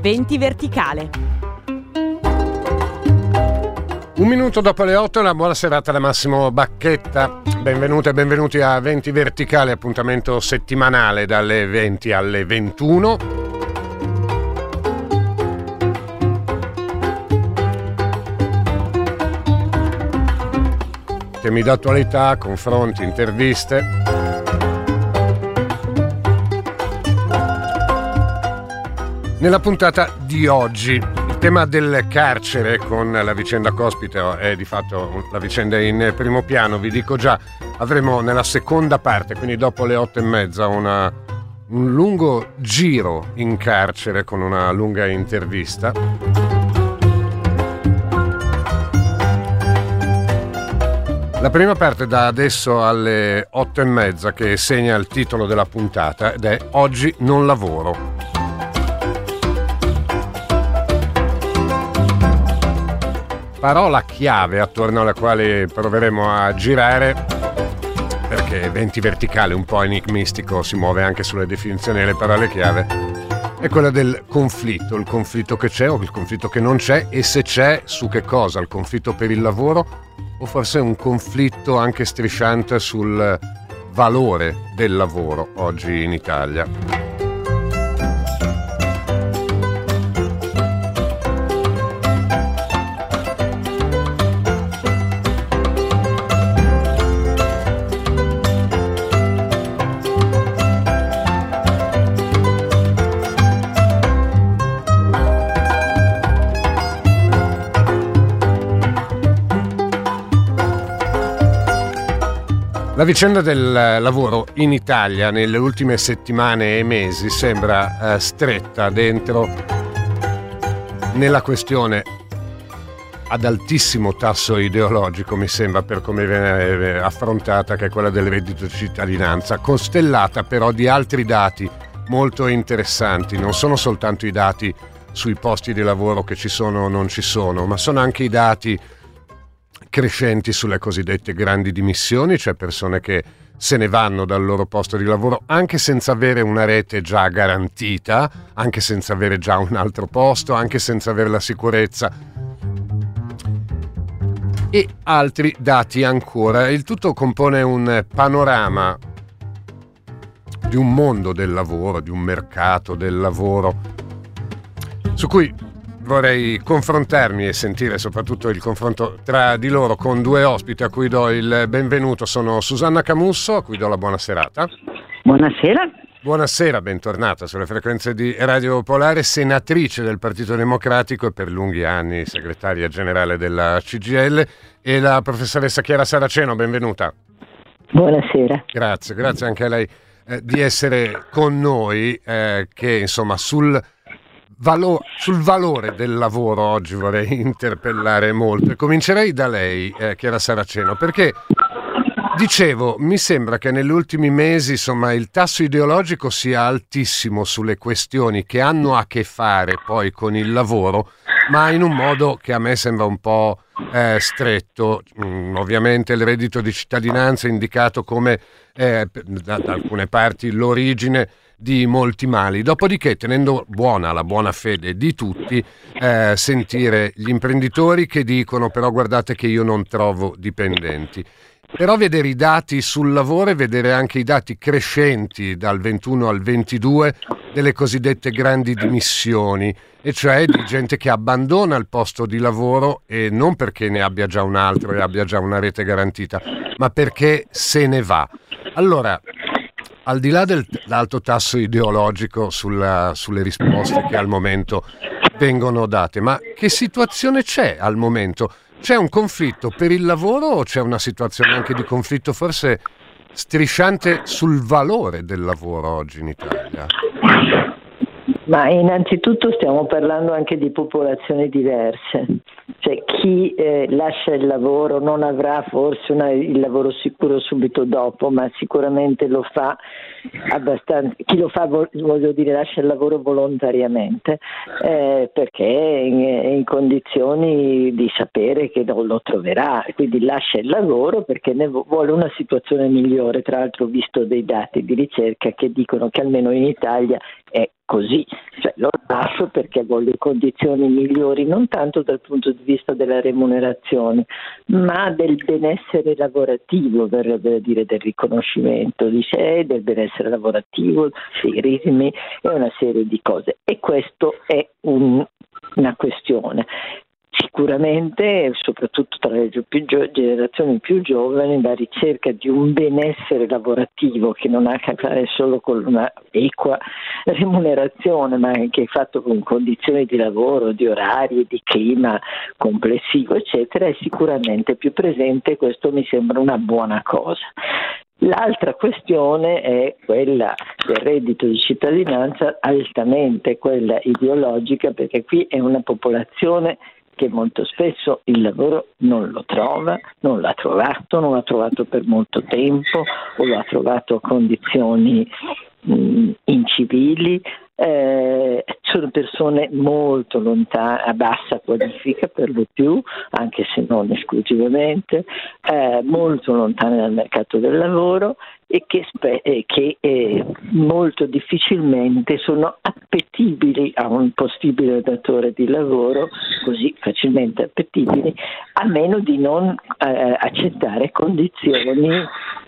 Venti Verticale. Un minuto dopo le 8, una buona serata da Massimo Bacchetta. Benvenute e benvenuti a Venti Verticale, appuntamento settimanale dalle 20 alle 21. Temi d'attualità, confronti, interviste. Nella puntata di oggi il tema del carcere, con la vicenda Cospito è di fatto la vicenda in primo piano. Vi dico già, avremo nella seconda parte, quindi dopo le 8:30, un lungo giro in carcere con una lunga intervista. La prima parte da adesso alle 8:30, che segna il titolo della puntata, ed è Oggi non lavoro. Parola chiave attorno alla quale proveremo a girare, perché Venti Verticale, un po' enigmistico, si muove anche sulle definizioni delle parole chiave, è quella del conflitto, il conflitto che c'è o il conflitto che non c'è, e se c'è, su che cosa? Il conflitto per il lavoro o forse un conflitto anche strisciante sul valore del lavoro oggi in Italia? La vicenda del lavoro in Italia nelle ultime settimane e mesi sembra stretta dentro nella questione ad altissimo tasso ideologico, mi sembra, per come viene affrontata, che è quella del reddito di cittadinanza, costellata però di altri dati molto interessanti. Non sono soltanto i dati sui posti di lavoro che ci sono o non ci sono, ma sono anche i dati crescenti sulle cosiddette grandi dimissioni, cioè persone che se ne vanno dal loro posto di lavoro anche senza avere una rete già garantita, anche senza avere già un altro posto, anche senza avere la sicurezza, e altri dati ancora. Il tutto compone un panorama di un mondo del lavoro, di un mercato del lavoro, su cui vorrei confrontarmi e sentire soprattutto il confronto tra di loro con due ospiti a cui do il benvenuto. Sono Susanna Camusso, a cui do la buona serata. Buonasera. Buonasera, bentornata sulle frequenze di Radio Popolare, senatrice del Partito Democratico e per lunghi anni segretaria generale della CGIL, e la professoressa Chiara Saraceno, benvenuta. Buonasera. Grazie anche a lei di essere con noi, che insomma sul valore del lavoro oggi vorrei interpellare molto, e comincerei da lei, Chiara Saraceno, perché dicevo, mi sembra che negli ultimi mesi insomma il tasso ideologico sia altissimo sulle questioni che hanno a che fare poi con il lavoro, ma in un modo che a me sembra un po' stretto. Ovviamente il reddito di cittadinanza è indicato come da alcune parti l'origine di molti mali, dopodiché tenendo buona la buona fede di tutti, sentire gli imprenditori che dicono però guardate che io non trovo dipendenti. Però vedere i dati sul lavoro e vedere anche i dati crescenti dal 21 al 22 delle cosiddette grandi dimissioni, e cioè di gente che abbandona il posto di lavoro, e non perché ne abbia già un altro e abbia già una rete garantita, ma perché se ne va. Allora, al di là dell'alto tasso ideologico sulle risposte che al momento vengono date, ma che situazione c'è al momento? C'è un conflitto per il lavoro o c'è una situazione anche di conflitto forse strisciante sul valore del lavoro oggi in Italia? Ma innanzitutto stiamo parlando anche di popolazioni diverse, cioè chi lascia il lavoro non avrà forse il lavoro sicuro subito dopo, ma sicuramente lo fa abbastanza, chi lo fa voglio dire lascia il lavoro volontariamente, perché è in condizioni di sapere che non lo troverà, quindi lascia il lavoro perché ne vuole una situazione migliore. Tra l'altro ho visto dei dati di ricerca che dicono che almeno in Italia è così, cioè lo lascio perché voglio condizioni migliori, non tanto dal punto di vista della remunerazione, ma del benessere lavorativo, verrebbe a dire, del riconoscimento di sé, del benessere lavorativo, dei ritmi e una serie di cose. E questo è una questione. Sicuramente, soprattutto tra le generazioni più giovani, la ricerca di un benessere lavorativo che non ha a che fare solo con una equa remunerazione, ma anche fatto con condizioni di lavoro, di orari, di clima complessivo, eccetera, è sicuramente più presente, e questo mi sembra una buona cosa. L'altra questione è quella del reddito di cittadinanza, altamente quella ideologica, perché qui è una popolazione che molto spesso il lavoro non lo trova, non l'ha trovato per molto tempo, o lo ha trovato a condizioni incivili. Sono persone molto lontane, a bassa qualifica per lo più, anche se non esclusivamente, molto lontane dal mercato del lavoro e che molto difficilmente sono appetibili a un possibile datore di lavoro, così facilmente appetibili, a meno di non accettare condizioni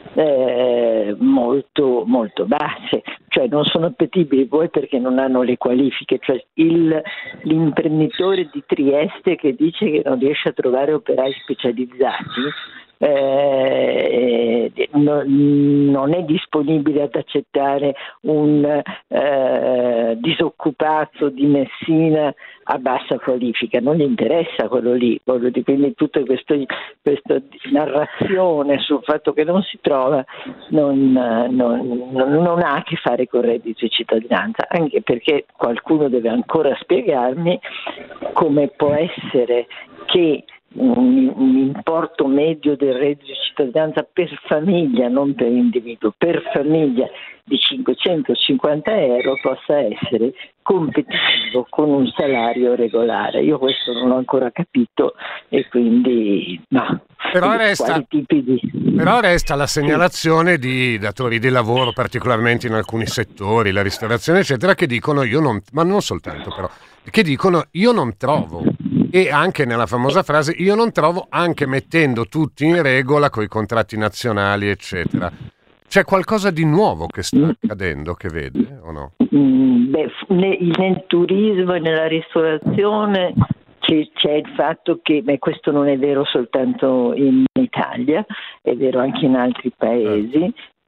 molto molto basse, cioè non sono appetibili poi perché non hanno le qualifiche, cioè l'imprenditore di Trieste che dice che non riesce a trovare operai specializzati non è disponibile ad accettare un disoccupato di Messina a bassa qualifica, non gli interessa quello lì, quindi tutta questa narrazione sul fatto che non si trova non ha a che fare con il reddito di cittadinanza, anche perché qualcuno deve ancora spiegarmi come può essere che un importo medio del reddito di cittadinanza per famiglia, non per individuo, per famiglia di 550 euro possa essere competitivo con un salario regolare. Io questo non l'ho ancora capito e quindi no. Però resta la segnalazione di datori di lavoro, particolarmente in alcuni settori, la ristorazione eccetera, che dicono ma non soltanto però, che dicono io non trovo. E anche nella famosa frase io non trovo, anche mettendo tutti in regola coi contratti nazionali eccetera. C'è qualcosa di nuovo che sta accadendo, che vede o no? Nel turismo e nella ristorazione c'è il fatto che, questo non è vero soltanto in Italia, è vero anche in altri paesi,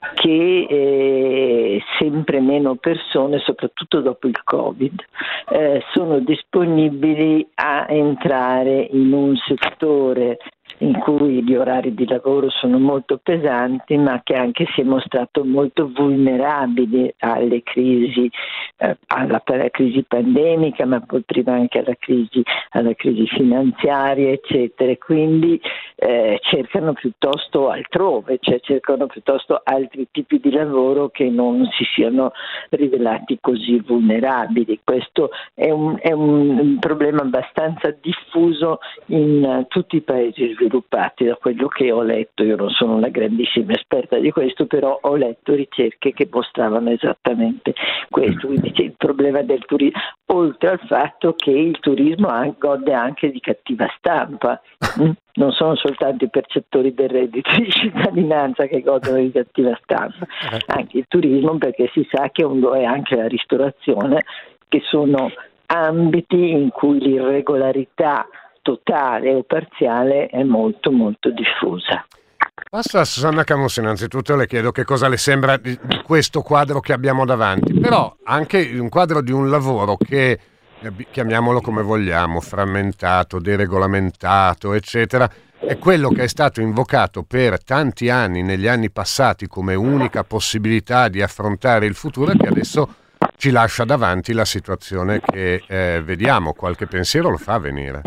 che sempre meno persone, soprattutto dopo il Covid, sono disponibili a entrare in un settore in cui gli orari di lavoro sono molto pesanti, ma che anche si è mostrato molto vulnerabile alle crisi, alla crisi pandemica, ma poi prima anche alla crisi finanziaria, eccetera. Quindi cercano piuttosto altrove, cioè cercano piuttosto altri tipi di lavoro che non si siano rivelati così vulnerabili. Questo è un problema abbastanza diffuso in tutti i paesi sviluppati, da quello che ho letto. Io non sono una grandissima esperta di questo, però ho letto ricerche che mostravano esattamente questo. Quindi c'è il problema del turismo, oltre al fatto che il turismo gode anche di cattiva stampa. Non sono soltanto i percettori del reddito di cittadinanza che godono di cattiva stampa, anche il turismo, perché si sa che è anche la ristorazione, che sono ambiti in cui l'irregolarità totale o parziale è molto molto diffusa. Passo a Susanna Camusso. Innanzitutto le chiedo che cosa le sembra di questo quadro che abbiamo davanti, però anche un quadro di un lavoro che, chiamiamolo come vogliamo, frammentato, deregolamentato, eccetera, è quello che è stato invocato per tanti anni, negli anni passati, come unica possibilità di affrontare il futuro, e che adesso ci lascia davanti la situazione che vediamo. Qualche pensiero lo fa venire.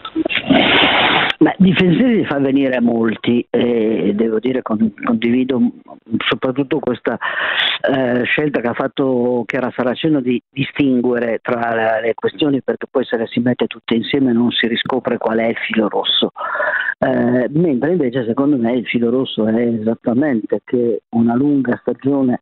Ma di pensieri li fa venire molti, e devo dire condivido soprattutto questa scelta che ha fatto Chiara Saraceno di distinguere tra le questioni, perché poi se le si mette tutte insieme non si riscopre qual è il filo rosso, mentre invece secondo me il filo rosso è esattamente che una lunga stagione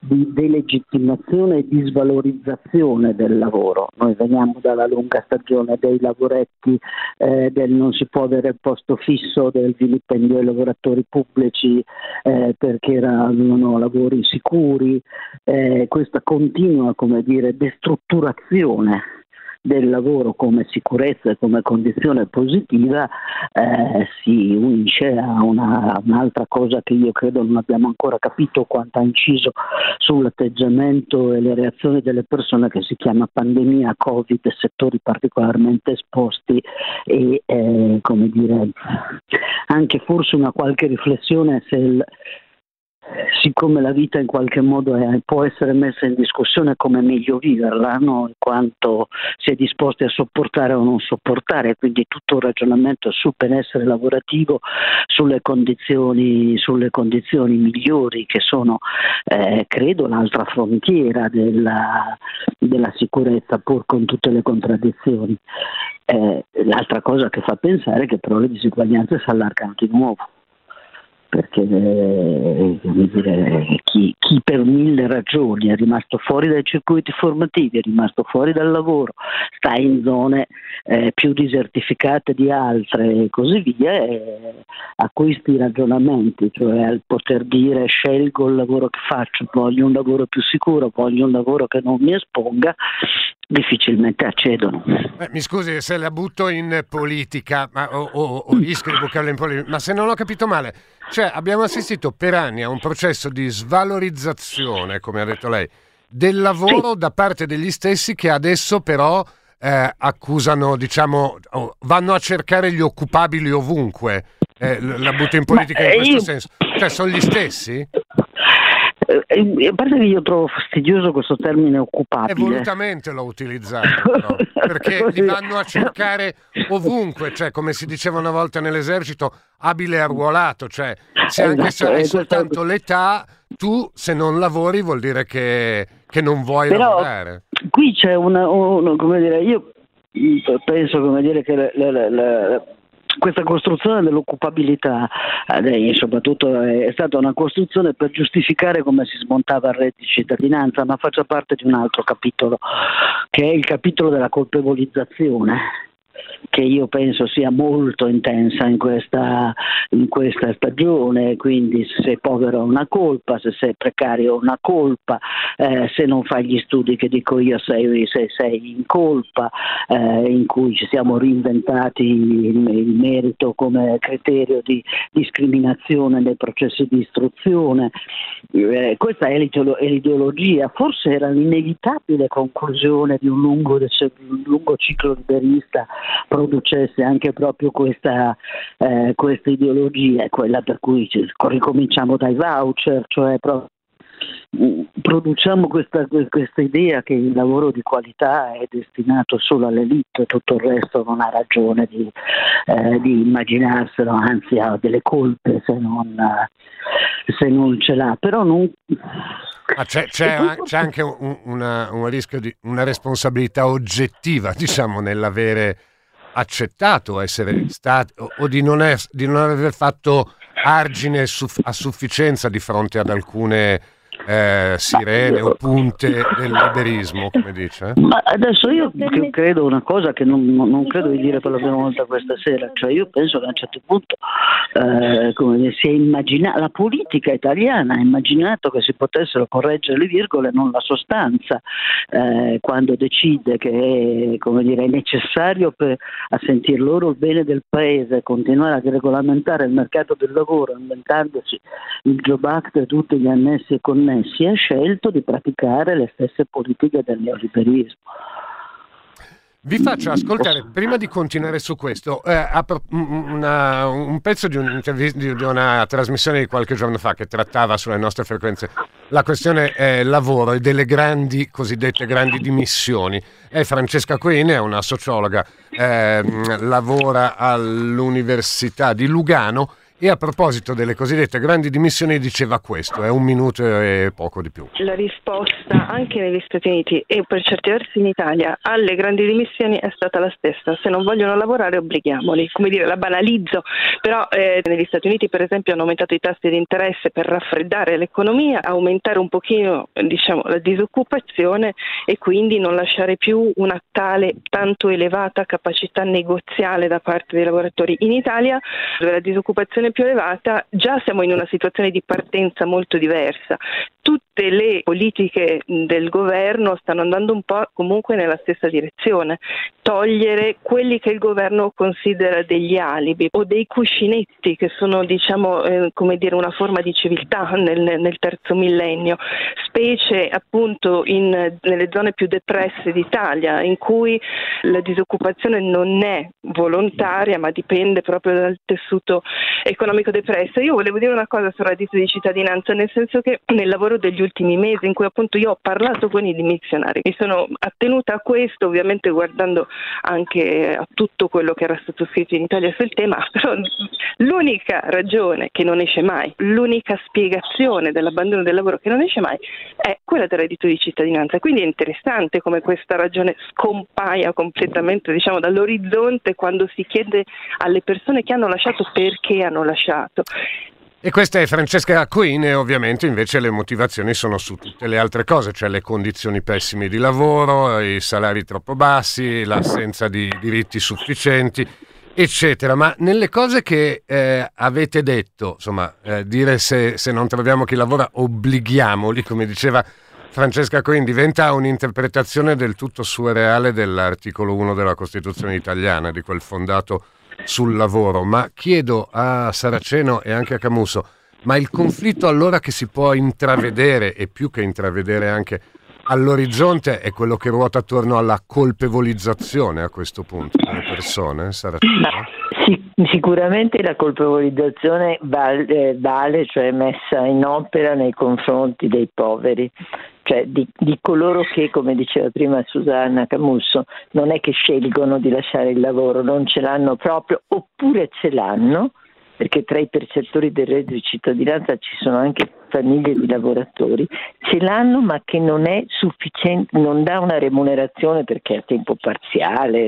di delegittimazione e di svalorizzazione del lavoro. Noi veniamo dalla lunga stagione dei lavoretti, del non si può avere il posto fisso, del vilipendio ai lavoratori pubblici perché erano lavori sicuri, questa continua, come dire, destrutturazione del lavoro come sicurezza e come condizione positiva si unisce a un'altra cosa che io credo non abbiamo ancora capito quanto ha inciso sull'atteggiamento e le reazioni delle persone, che si chiama pandemia, Covid, settori particolarmente esposti e come dire anche forse una qualche riflessione siccome la vita in qualche modo può essere messa in discussione come meglio viverla, no? In quanto si è disposti a sopportare o non sopportare, quindi tutto un ragionamento sul benessere lavorativo, sulle condizioni migliori che sono credo l'altra frontiera della sicurezza, pur con tutte le contraddizioni. L'altra cosa che fa pensare è che però le disuguaglianze si allargano di nuovo, perché come dire, chi per mille ragioni è rimasto fuori dai circuiti formativi, è rimasto fuori dal lavoro, sta in zone più desertificate di altre e così via, a questi ragionamenti, cioè al poter dire scelgo il lavoro che faccio, voglio un lavoro più sicuro, voglio un lavoro che non mi esponga, difficilmente accedono. Mi scusi se la butto in politica, o rischio di buttarla in politica, ma se non ho capito male, cioè abbiamo assistito per anni a un processo di svalorizzazione, come ha detto lei, del lavoro da parte degli stessi, che adesso però accusano, diciamo, vanno a cercare gli occupabili ovunque. La butto in politica in questo senso. Cioè sono gli stessi? A parte che io trovo fastidioso questo termine occupabile. E volutamente l'ho utilizzato, però, perché li vanno a cercare ovunque, cioè come si diceva una volta nell'esercito, abile arruolato, cioè se anche se hai soltanto l'età, tu se non lavori vuol dire che non vuoi lavorare. Qui c'è come dire, io penso, come dire, che questa costruzione dell'occupabilità soprattutto è stata una costruzione per giustificare come si smontava il reddito di cittadinanza, ma faccia parte di un altro capitolo, che è il capitolo della colpevolizzazione, che io penso sia molto intensa in questa stagione. Quindi se sei povero è una colpa, se sei precario è una colpa, se non fai gli studi che dico io sei in colpa, in cui ci siamo reinventati il merito come criterio di discriminazione nei processi di istruzione. Questa è l'ideologia, forse era l'inevitabile conclusione di un lungo ciclo liberista producesse anche proprio questa ideologia, quella per cui ricominciamo dai voucher, cioè produciamo questa idea che il lavoro di qualità è destinato solo all'elite e tutto il resto non ha ragione di immaginarselo, anzi ha delle colpe se non ce l'ha, però non. C'è anche un rischio di una responsabilità oggettiva, diciamo, nell'avere accettato essere stato o di non aver fatto argine a sufficienza di fronte ad alcune sirene o punte del liberismo, come dice. Ma adesso io credo una cosa che non credo di dire per la prima volta questa sera, cioè io penso che a un certo punto si è immaginato, la politica italiana ha immaginato che si potessero correggere le virgole, non la sostanza, quando decide che è necessario a sentir loro il bene del paese continuare a regolamentare il mercato del lavoro inventandosi il Job Act e tutti gli annessi e connessi, ha scelto di praticare le stesse politiche del neoliberismo. Vi faccio ascoltare, prima di continuare su questo, un pezzo di una trasmissione di qualche giorno fa che trattava sulle nostre frequenze la questione lavoro e delle cosiddette grandi dimissioni. Francesca Queen è una sociologa, lavora all'Università di Lugano E a proposito delle cosiddette grandi dimissioni diceva questo, è 1 minuto e poco di più. La risposta anche negli Stati Uniti e per certi versi in Italia alle grandi dimissioni è stata la stessa: se non vogliono lavorare obblighiamoli. Come dire, la banalizzo, però negli Stati Uniti per esempio hanno aumentato i tassi di interesse per raffreddare l'economia, aumentare un pochino la disoccupazione e quindi non lasciare più una tale tanto elevata capacità negoziale da parte dei lavoratori. In Italia, dove la disoccupazione è più elevata, già siamo in una situazione di partenza molto diversa. Tutte le politiche del governo stanno andando un po' comunque nella stessa direzione: togliere quelli che il governo considera degli alibi o dei cuscinetti che sono una forma di civiltà nel terzo millennio, specie appunto nelle zone più depresse d'Italia, in cui la disoccupazione non è volontaria ma dipende proprio dal tessuto economico depresso. Io volevo dire una cosa sul reddito di cittadinanza, nel senso che nel lavoro degli ultimi mesi, in cui appunto io ho parlato con i dimissionari, mi sono attenuta a questo, ovviamente guardando anche a tutto quello che era stato scritto in Italia sul tema, però l'unica ragione che non esce mai, l'unica spiegazione dell'abbandono del lavoro che non esce mai è quella del reddito di cittadinanza. Quindi è interessante come questa ragione scompaia completamente dall'orizzonte quando si chiede alle persone che hanno lasciato perché hanno lasciato. E questa è Francesca Queen, e ovviamente invece le motivazioni sono su tutte le altre cose, cioè le condizioni pessime di lavoro, i salari troppo bassi, l'assenza di diritti sufficienti, eccetera. Ma nelle cose che avete detto, dire se non troviamo chi lavora obblighiamoli, come diceva Francesca Queen, diventa un'interpretazione del tutto surreale dell'articolo 1 della Costituzione italiana, di quel fondato sul lavoro. Ma chiedo a Saraceno e anche a Camusso, ma il conflitto allora che si può intravedere, e più che intravedere anche all'orizzonte, è quello che ruota attorno alla colpevolizzazione a questo punto delle persone, Saraceno? Sicuramente la colpevolizzazione vale, cioè messa in opera nei confronti dei poveri, cioè di coloro che, come diceva prima Susanna Camusso, non è che scelgono di lasciare il lavoro, non ce l'hanno proprio, oppure ce l'hanno, perché tra i percettori del reddito di cittadinanza ci sono anche famiglie di lavoratori, ce l'hanno ma che non è sufficiente, non dà una remunerazione perché è a tempo parziale,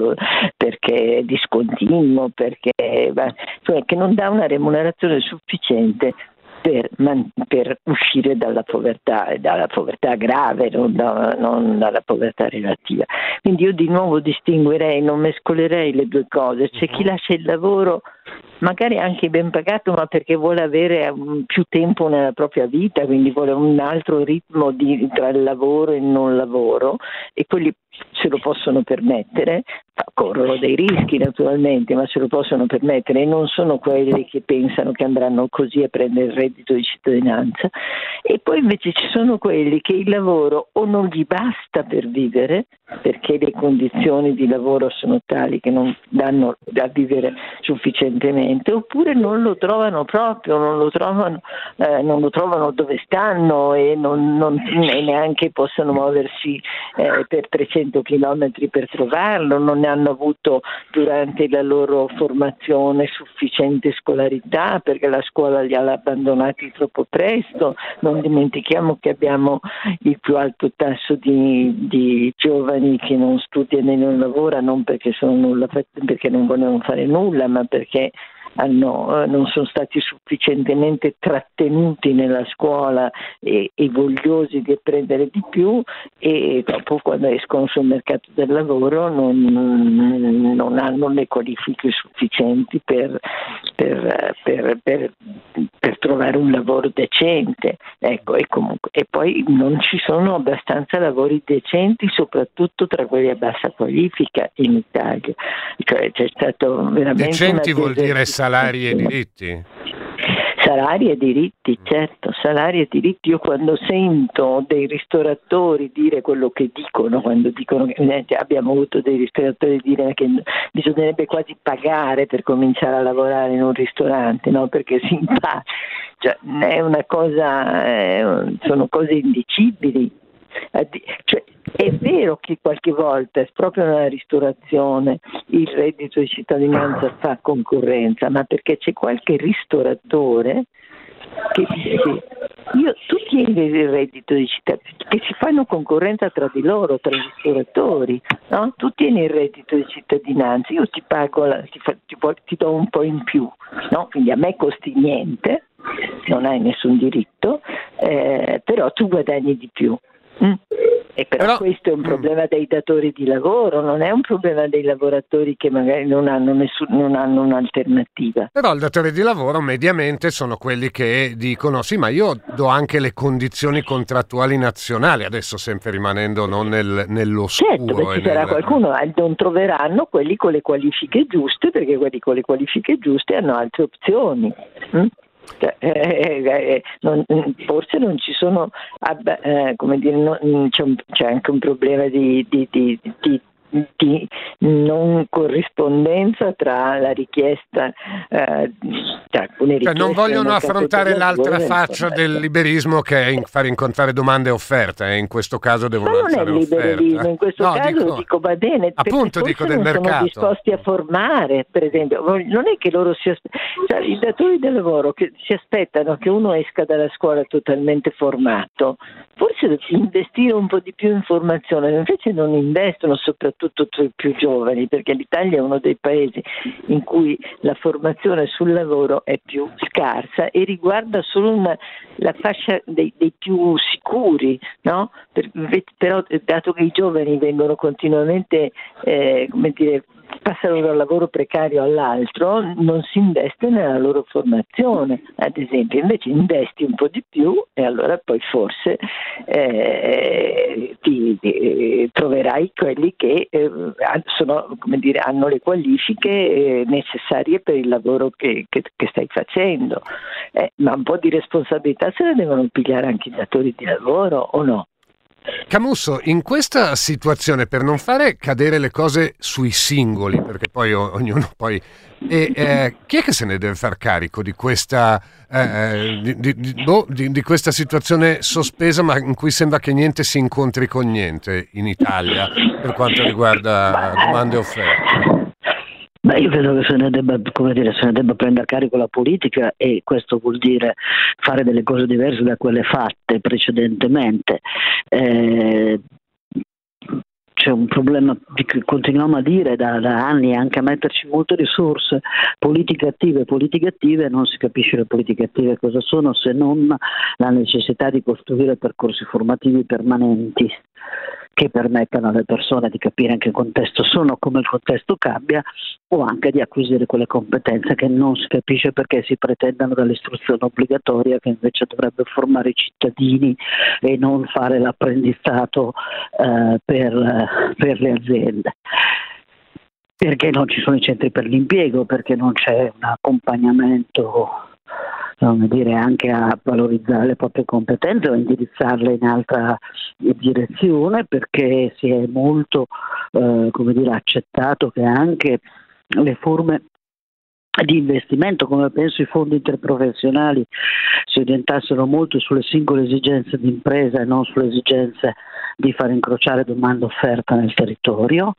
perché è discontinuo, che non dà una remunerazione sufficiente per uscire dalla povertà grave, non dalla povertà relativa. Quindi io di nuovo distinguerei, non mescolerei le due cose. C'è chi lascia il lavoro magari anche ben pagato, ma perché vuole avere più tempo nella propria vita, quindi vuole un altro ritmo tra il lavoro e il non lavoro, e quelli se lo possono permettere, corrono dei rischi naturalmente, ma se lo possono permettere, e non sono quelli che pensano che andranno così a prendere il reddito di cittadinanza. E poi invece ci sono quelli che il lavoro o non gli basta per vivere, perché le condizioni di lavoro sono tali che non danno da vivere sufficientemente, oppure non lo trovano proprio, non lo trovano dove stanno e neanche possono muoversi per 300 chilometri per trovarlo, non ne hanno avuto durante la loro formazione sufficiente scolarità perché la scuola li ha abbandonati troppo presto. Non dimentichiamo che abbiamo il più alto tasso di giovani che non studiano e non lavorano, non perché perché non vogliono fare nulla, ma perché non sono stati sufficientemente trattenuti nella scuola e vogliosi di apprendere di più, e dopo quando escono sul mercato del lavoro non hanno le qualifiche sufficienti per trovare un lavoro decente. Ecco, e poi non ci sono abbastanza lavori decenti, soprattutto tra quelli a bassa qualifica in Italia. Cioè c'è stato veramente decenti vuol dire salari e diritti? Salari e diritti, certo, salari e diritti. Io quando sento dei ristoratori dire quello che dicono, quando dicono che abbiamo avuto dei ristoratori dire che bisognerebbe quasi pagare per cominciare a lavorare in un ristorante, no? Perché si impara, cioè, è una cosa, sono cose indicibili. Cioè, è vero che qualche volta, proprio nella ristorazione, il reddito di cittadinanza fa concorrenza, ma perché c'è qualche ristoratore che dice tu tieni il reddito di cittadinanza, che si fanno concorrenza tra di loro, tra i ristoratori, no? Tu tieni il reddito di cittadinanza, io ti pago, ti do un po' in più, no? Quindi a me costi niente, non hai nessun diritto, però tu guadagni di più. E però questo è un problema dei datori di lavoro, non è un problema dei lavoratori che magari non hanno un'alternativa. Però il datore di lavoro mediamente sono quelli che dicono sì, ma io do anche le condizioni contrattuali nazionali, adesso sempre rimanendo non nell'oscuro. Certo, ci sarà qualcuno, non troveranno quelli con le qualifiche giuste, perché quelli con le qualifiche giuste hanno altre opzioni. Forse non ci sono, come dire, c'è anche un problema di non corrispondenza tra la richiesta, tra alcune richieste. Non vogliono affrontare l'altra faccia del liberismo, che è far incontrare domande e offerte, e in questo caso devono alzare offerte. Non è liberismo, in questo caso dico va bene, appunto dico del mercato. Sono disposti a formare, per esempio, non è che loro i datori del lavoro che si aspettano che uno esca dalla scuola totalmente formato, forse investire un po' di più in formazione, invece non investono soprattutto tra i più giovani, perché l'Italia è uno dei paesi in cui la formazione sul lavoro è più scarsa e riguarda solo la fascia dei più sicuri, no? Però dato che i giovani vengono continuamente, passano da un lavoro precario all'altro, non si investe nella loro formazione, ad esempio. Invece investi un po' di più e allora poi forse troverai quelli che hanno le qualifiche necessarie per il lavoro che stai facendo. Ma un po' di responsabilità se ne devono pigliare anche i datori di lavoro, o no? Camusso, in questa situazione, per non fare cadere le cose sui singoli, perché poi ognuno poi... chi è che se ne deve far carico di questa di questa situazione sospesa, ma in cui sembra che niente si incontri con niente in Italia per quanto riguarda domande e offerte? Beh, io credo che se ne debba prendere carico la politica, e questo vuol dire fare delle cose diverse da quelle fatte precedentemente. C'è un problema che continuiamo a dire da anni, anche a metterci molte risorse, politiche attive, non si capisce le politiche attive cosa sono, se non la necessità di costruire percorsi formativi permanenti che permettano alle persone di capire in che contesto sono, come il contesto cambia, o anche di acquisire quelle competenze che non si capisce perché si pretendano dall'istruzione obbligatoria, che invece dovrebbe formare i cittadini e non fare l'apprendistato per le aziende. Perché non ci sono i centri per l'impiego, perché non c'è un accompagnamento anche a valorizzare le proprie competenze o indirizzarle in altra direzione, perché si è molto accettato che anche le forme di investimento, come penso i fondi interprofessionali, si orientassero molto sulle singole esigenze di impresa e non sulle esigenze di far incrociare domanda e offerta nel territorio.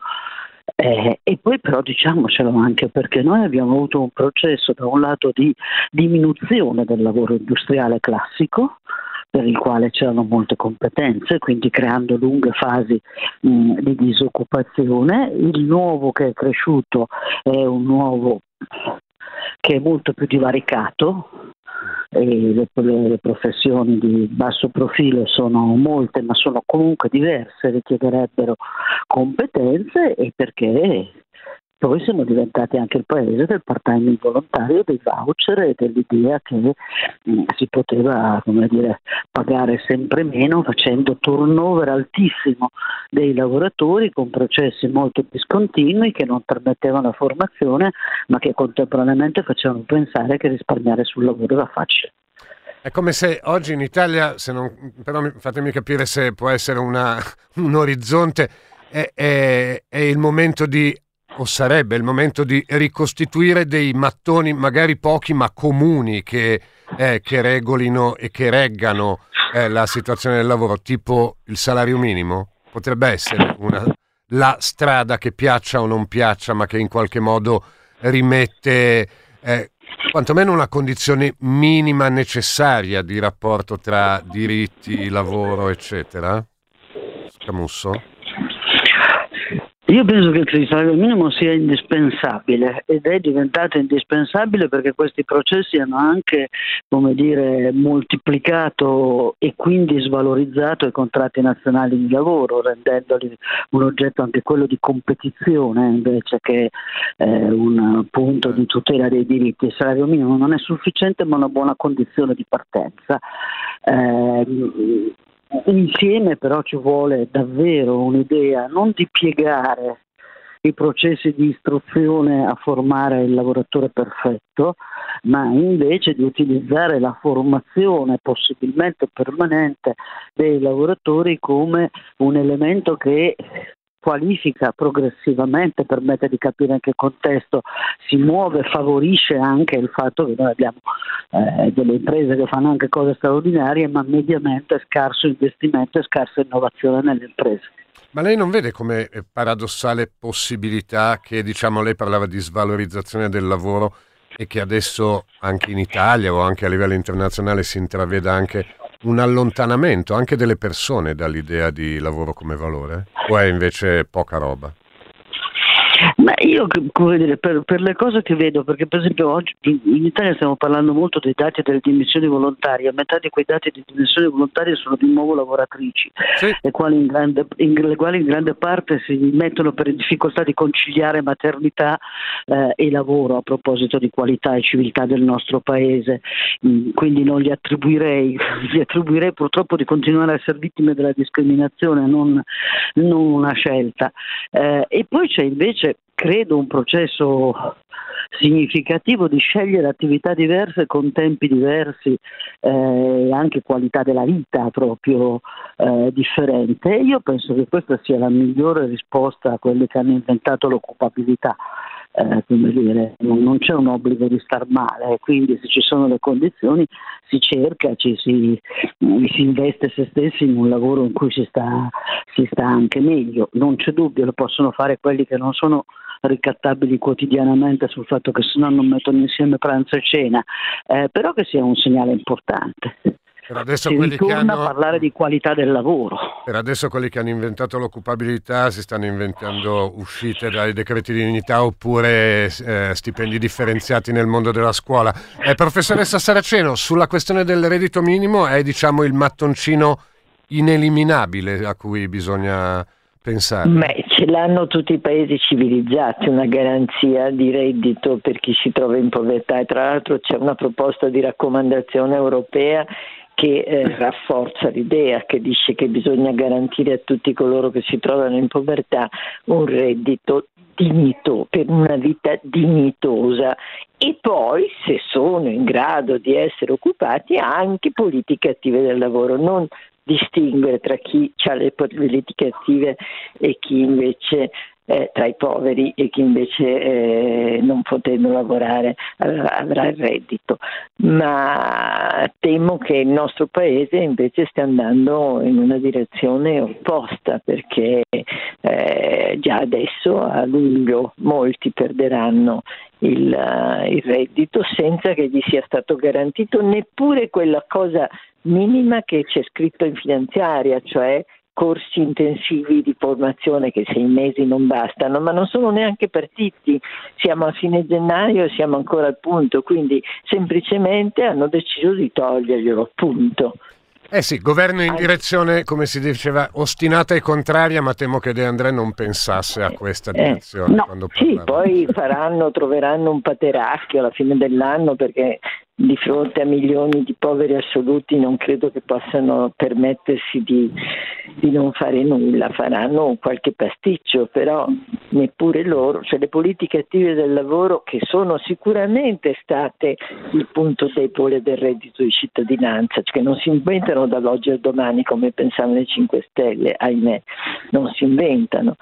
E poi però diciamocelo anche, perché noi abbiamo avuto un processo da un lato di diminuzione del lavoro industriale classico, per il quale c'erano molte competenze, quindi creando lunghe fasi di disoccupazione. Il nuovo che è cresciuto è un nuovo che è molto più divaricato, e le professioni di basso profilo sono molte, ma sono comunque diverse, richiederebbero competenze, e perché poi siamo diventati anche il paese del part-time involontario, dei voucher e dell'idea che si poteva pagare sempre meno, facendo turnover altissimo dei lavoratori con processi molto discontinui che non permettevano la formazione, ma che contemporaneamente facevano pensare che risparmiare sul lavoro era facile. È come se oggi in Italia, però fatemi capire se può essere un orizzonte, è il momento o sarebbe il momento di ricostituire dei mattoni, magari pochi ma comuni, che che regolino e che reggano la situazione del lavoro, tipo il salario minimo? Potrebbe essere la strada che piaccia o non piaccia, ma che in qualche modo rimette quantomeno una condizione minima necessaria di rapporto tra diritti, lavoro, eccetera? Camusso? Io penso che il salario minimo sia indispensabile ed è diventato indispensabile perché questi processi hanno anche, come dire, moltiplicato e quindi svalorizzato i contratti nazionali di lavoro, rendendoli un oggetto anche quello di competizione invece che un punto di tutela dei diritti. Il salario minimo non è sufficiente, ma una buona condizione di partenza. Insieme però ci vuole davvero un'idea non di piegare i processi di istruzione a formare il lavoratore perfetto, ma invece di utilizzare la formazione possibilmente permanente dei lavoratori come un elemento che qualifica progressivamente, permette di capire in che contesto si muove, favorisce anche il fatto che noi abbiamo delle imprese che fanno anche cose straordinarie, ma mediamente scarso investimento e scarsa innovazione nelle imprese. Ma lei non vede come paradossale possibilità che, diciamo, lei parlava di svalorizzazione del lavoro e che adesso anche in Italia o anche a livello internazionale si intraveda anche un allontanamento anche delle persone dall'idea di lavoro come valore? O è invece poca roba? Ma io, come dire, per le cose che vedo, perché per esempio oggi in Italia stiamo parlando molto dei dati delle dimissioni volontarie, metà di quei dati di dimissioni volontarie sono di nuovo lavoratrici, sì, le quali in grande parte si mettono per difficoltà di conciliare maternità e lavoro, a proposito di qualità e civiltà del nostro paese. Quindi non gli attribuirei purtroppo di continuare a essere vittime della discriminazione, non una scelta. E poi c'è invece, credo, un processo significativo di scegliere attività diverse con tempi diversi e anche qualità della vita proprio differente. Io penso che questa sia la migliore risposta a quelli che hanno inventato l'occupabilità. Come dire, non c'è un obbligo di star male, quindi se ci sono le condizioni si cerca, si investe se stessi in un lavoro in cui si sta anche meglio. Non c'è dubbio, lo possono fare quelli che non sono ricattabili quotidianamente sul fatto che se no non mettono insieme pranzo e cena, però che sia un segnale importante. Per adesso Si quelli ritorna a parlare di qualità del lavoro. Per adesso quelli che hanno inventato l'occupabilità si stanno inventando uscite dai decreti di dignità oppure stipendi differenziati nel mondo della scuola. Professoressa Saraceno, sulla questione del reddito minimo è, diciamo, il mattoncino ineliminabile a cui bisogna pensare. Beh, ce l'hanno tutti i paesi civilizzati, una garanzia di reddito per chi si trova in povertà, e tra l'altro c'è una proposta di raccomandazione europea che rafforza l'idea, che dice che bisogna garantire a tutti coloro che si trovano in povertà un reddito dignitoso, per una vita dignitosa, e poi, se sono in grado di essere occupati, anche politiche attive del lavoro, non distinguere tra chi ha le politiche attive e chi invece tra i poveri e chi invece non potendo lavorare avrà il reddito. Ma temo che il nostro paese invece stia andando in una direzione opposta, perché già adesso a luglio molti perderanno il reddito senza che gli sia stato garantito neppure quella cosa minima che c'è scritto in finanziaria, cioè corsi intensivi di formazione, che 6 mesi non bastano, ma non sono neanche partiti, siamo a fine gennaio e siamo ancora al punto, quindi semplicemente hanno deciso di toglierglielo, punto. Sì, governo in direzione, come si diceva, ostinata e contraria, ma temo che De André non pensasse a questa direzione. No, quando sì, parlava. poi troveranno un pateracchio alla fine dell'anno, perché di fronte a milioni di poveri assoluti non credo che possano permettersi di non fare nulla, faranno qualche pasticcio, però neppure loro, cioè le politiche attive del lavoro, che sono sicuramente state il punto debole del reddito di cittadinanza, cioè che non si inventano dall'oggi al domani come pensavano le 5 Stelle, ahimè, non si inventano.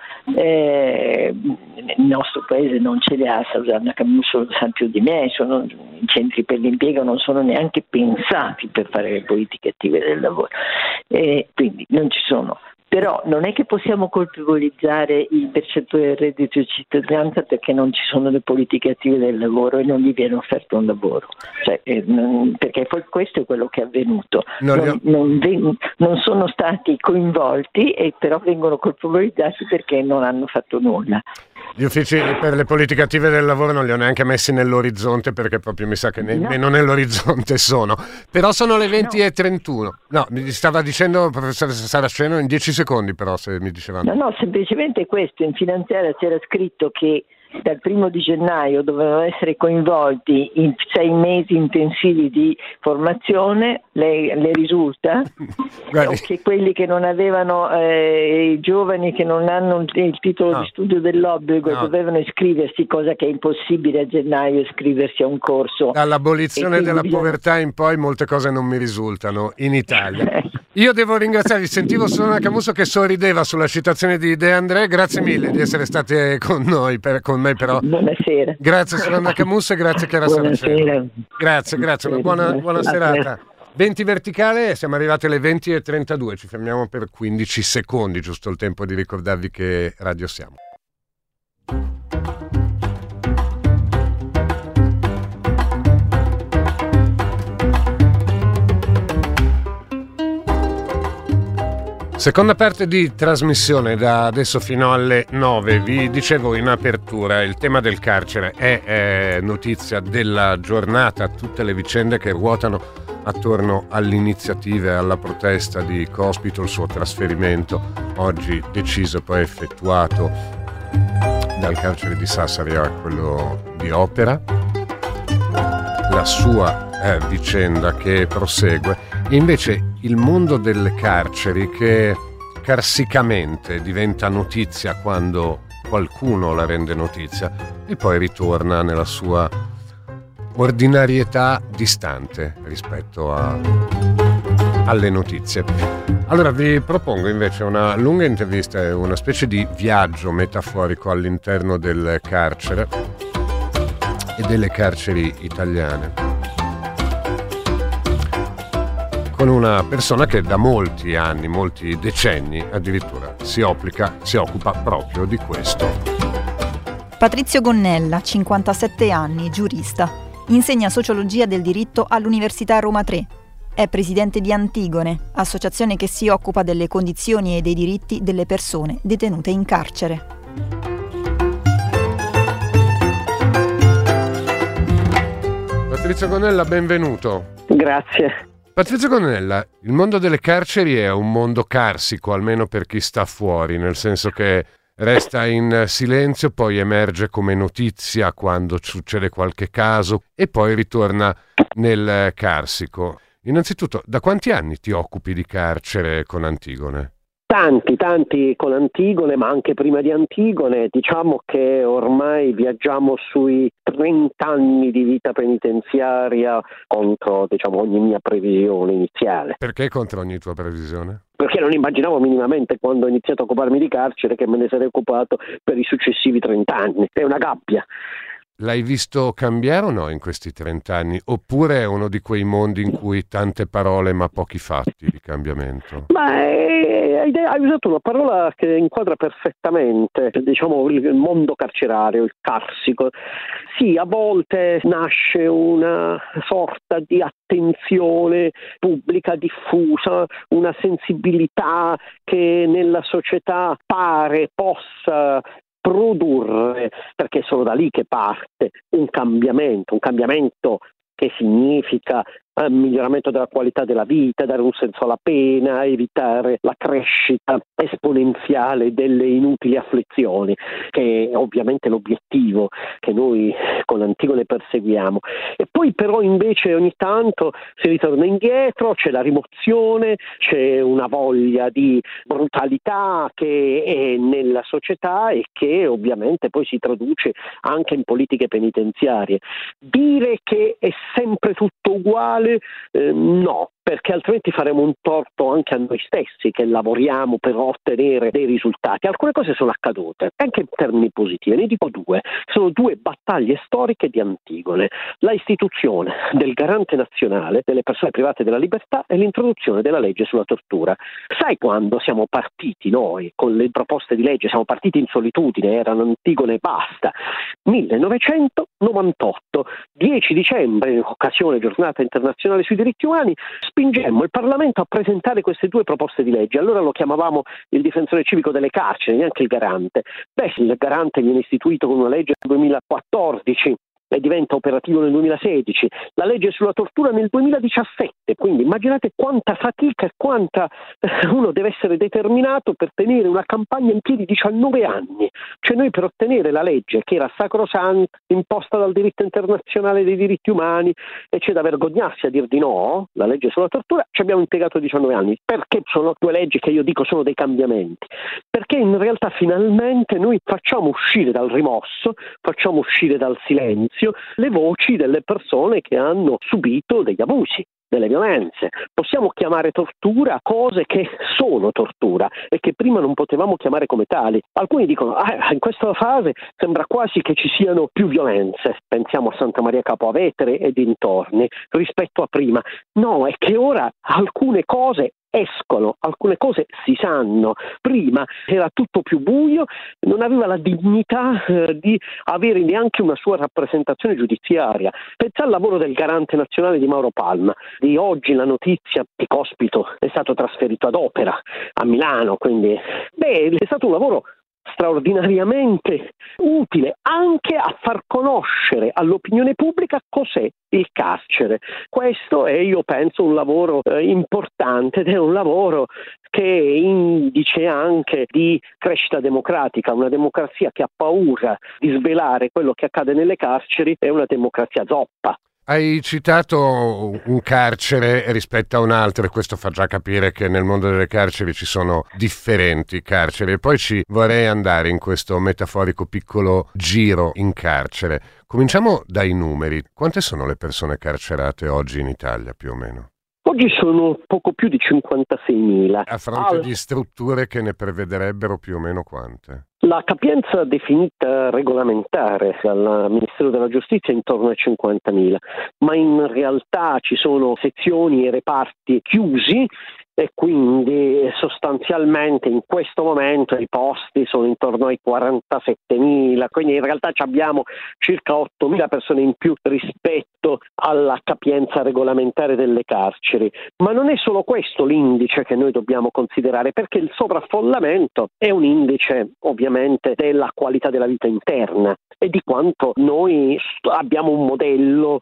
Il nostro paese non ce le ha, Susanna Camusso lo sa più di me, sono i centri per l'impiego impiego non sono neanche pensati per fare le politiche attive del lavoro, quindi non ci sono. Però non è che possiamo colpevolizzare il percettore del reddito di cittadinanza perché non ci sono le politiche attive del lavoro e non gli viene offerto un lavoro, perché poi questo è quello che è avvenuto. Non sono stati coinvolti e però vengono colpevolizzati perché non hanno fatto nulla. Gli uffici per le politiche attive del lavoro non li ho neanche messi nell'orizzonte, perché proprio mi sa che nemmeno nell'orizzonte sono. Però sono le 20:31. No, mi stava dicendo il professor Saraceno in 10 secondi, però, se mi dicevano. No, semplicemente questo. In finanziaria c'era scritto che dal 1 di gennaio dovevano essere coinvolti in 6 mesi intensivi di formazione. Le risulta che quelli che non avevano, i giovani che non hanno il titolo di studio dell'obbligo dovevano iscriversi, cosa che è impossibile a gennaio iscriversi a un corso. Dall'abolizione della povertà in poi molte cose non mi risultano in Italia. Io devo ringraziarvi, sentivo Susanna Camusso che sorrideva sulla citazione di De André, grazie mille di essere state con noi, con me però. Buonasera. Grazie Susanna Camusso e grazie Chiara Saraceno. Grazie, una buona serata. 20 verticale, siamo arrivati alle 20:32, ci fermiamo per 15 secondi, giusto il tempo di ricordarvi che radio siamo. Seconda parte di trasmissione da adesso fino alle 9. Vi dicevo in apertura, il tema del carcere è notizia della giornata, tutte le vicende che ruotano attorno all'iniziativa e alla protesta di Cospito, il suo trasferimento oggi deciso e poi effettuato dal carcere di Sassari a quello di Opera, la sua vicenda che prosegue. E invece il mondo delle carceri, che carsicamente diventa notizia quando qualcuno la rende notizia e poi ritorna nella sua ordinarietà distante rispetto alle notizie. Allora vi propongo invece una lunga intervista, una specie di viaggio metaforico all'interno del carcere e delle carceri italiane, con una persona che da molti anni, molti decenni addirittura, si occupa proprio di questo. Patrizio Gonnella, 57 anni, giurista. Insegna sociologia del diritto all'Università Roma 3. È presidente di Antigone, associazione che si occupa delle condizioni e dei diritti delle persone detenute in carcere. Patrizio Gonnella, benvenuto. Grazie. Patrizio Gonnella, il mondo delle carceri è un mondo carsico, almeno per chi sta fuori, nel senso che resta in silenzio, poi emerge come notizia quando succede qualche caso e poi ritorna nel carsico. Innanzitutto, da quanti anni ti occupi di carcere con Antigone? Tanti con Antigone, ma anche prima di Antigone. Diciamo che ormai viaggiamo sui 30 anni di vita penitenziaria contro, ogni mia previsione iniziale. Perché contro ogni tua previsione? Perché non immaginavo minimamente, quando ho iniziato a occuparmi di carcere, che me ne sarei occupato per i successivi 30 anni. È una gabbia. L'hai visto cambiare o no in questi 30 anni? Oppure è uno di quei mondi in cui tante parole ma pochi fatti di cambiamento? Hai usato una parola che inquadra perfettamente, il mondo carcerario, il carsico. Sì, a volte nasce una sorta di attenzione pubblica diffusa, una sensibilità che nella società pare possa produrre, perché è solo da lì che parte un cambiamento che significa miglioramento della qualità della vita, dare un senso alla pena, evitare la crescita esponenziale delle inutili afflizioni, che è ovviamente l'obiettivo che noi con Antigone perseguiamo. E poi però invece ogni tanto si ritorna indietro, c'è la rimozione, c'è una voglia di brutalità che è nella società e che ovviamente poi si traduce anche in politiche penitenziarie. Dire che è sempre tutto uguale, no, perché altrimenti faremo un torto anche a noi stessi che lavoriamo per ottenere dei risultati. Alcune cose sono accadute, anche in termini positivi, ne dico due. Sono due battaglie storiche di Antigone: la istituzione del garante nazionale delle persone private della libertà e l'introduzione della legge sulla tortura. Sai quando siamo partiti noi con le proposte di legge? Siamo partiti in solitudine, erano Antigone e basta. 1998, 10 dicembre, in occasione giornata internazionale sui diritti umani, spingemmo il Parlamento a presentare queste due proposte di legge. Allora lo chiamavamo il difensore civico delle carceri, neanche il garante. Il garante viene istituito con una legge nel 2014 e diventa operativo nel 2016, la legge sulla tortura nel 2017, quindi immaginate quanta fatica e quanta uno deve essere determinato per tenere una campagna in piedi 19 anni. Cioè noi per ottenere la legge che era sacrosanta, imposta dal diritto internazionale dei diritti umani, e c'è da vergognarsi a dir di no, la legge sulla tortura, ci abbiamo impiegato 19 anni. Perché sono due leggi che io dico sono dei cambiamenti? Perché in realtà finalmente noi facciamo uscire dal rimosso, facciamo uscire dal silenzio le voci delle persone che hanno subito degli abusi, delle violenze. Possiamo chiamare tortura cose che sono tortura e che prima non potevamo chiamare come tali. Alcuni dicono in questa fase sembra quasi che ci siano più violenze, pensiamo a Santa Maria Capo Vetere e dintorni, rispetto a prima. No, è che ora alcune cose escono, alcune cose si sanno. Prima era tutto più buio, non aveva la dignità di avere neanche una sua rappresentazione giudiziaria. Pensa al lavoro del garante nazionale di Mauro Palma. Di oggi la notizia che Cospito è stato trasferito ad Opera, a Milano, quindi è stato un lavoro straordinariamente utile anche a far conoscere all'opinione pubblica cos'è il carcere. Questo è, io penso, un lavoro importante, ed è un lavoro che è indice anche di crescita democratica. Una democrazia che ha paura di svelare quello che accade nelle carceri è una democrazia zoppa. Hai citato un carcere rispetto a un altro, e questo fa già capire che nel mondo delle carceri ci sono differenti carceri, e poi ci vorrei andare in questo metaforico piccolo giro in carcere. Cominciamo dai numeri. Quante sono le persone carcerate oggi in Italia, più o meno? Oggi sono poco più di 56.000. A fronte di strutture che ne prevederebbero più o meno quante? La capienza definita regolamentare dal Ministero della Giustizia è intorno ai 50.000, ma in realtà ci sono sezioni e reparti chiusi e quindi sostanzialmente in questo momento i posti sono intorno ai 47.000, quindi in realtà abbiamo circa 8.000 persone in più rispetto alla capienza regolamentare delle carceri. Ma non è solo questo l'indice che noi dobbiamo considerare, perché il sovraffollamento è un indice ovviamente della qualità della vita interna e di quanto noi abbiamo un modello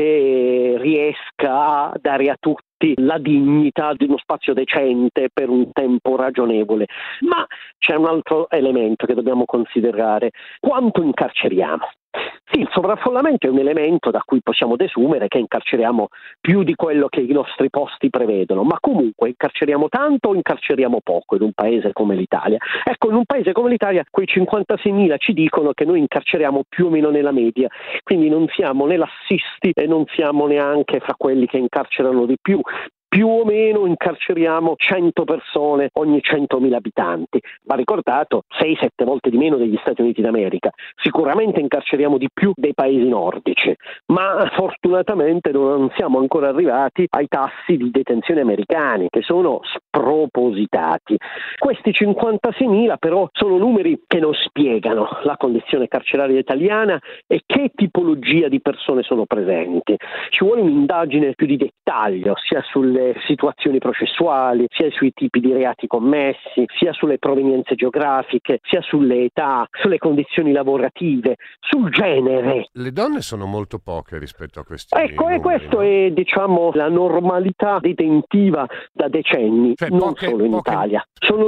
che riesca a dare a tutti la dignità di uno spazio decente per un tempo ragionevole. Ma c'è un altro elemento che dobbiamo considerare: quanto incarceriamo. Sì, il sovraffollamento è un elemento da cui possiamo desumere che incarceriamo più di quello che i nostri posti prevedono, ma comunque incarceriamo tanto o incarceriamo poco in un paese come l'Italia? Ecco, in un paese come l'Italia quei 56.000 ci dicono che noi incarceriamo più o meno nella media, quindi non siamo né lassisti e non siamo neanche fra quelli che incarcerano di più. Più o meno incarceriamo 100 persone ogni 100.000 abitanti. Va ricordato 6-7 volte di meno degli Stati Uniti d'America. Sicuramente incarceriamo di più dei paesi nordici, ma fortunatamente non siamo ancora arrivati ai tassi di detenzione americani, che sono spropositati. Questi 56.000 però sono numeri che non spiegano la condizione carceraria italiana e che tipologia di persone sono presenti. Ci vuole un'indagine più di dettaglio, sia sulle situazioni processuali, sia sui tipi di reati commessi, sia sulle provenienze geografiche, sia sulle età, sulle condizioni lavorative, sul genere. Le donne sono molto poche rispetto a questi numeri, e questo no? È, diciamo, la normalità detentiva da decenni, cioè, non solo in Italia. Sono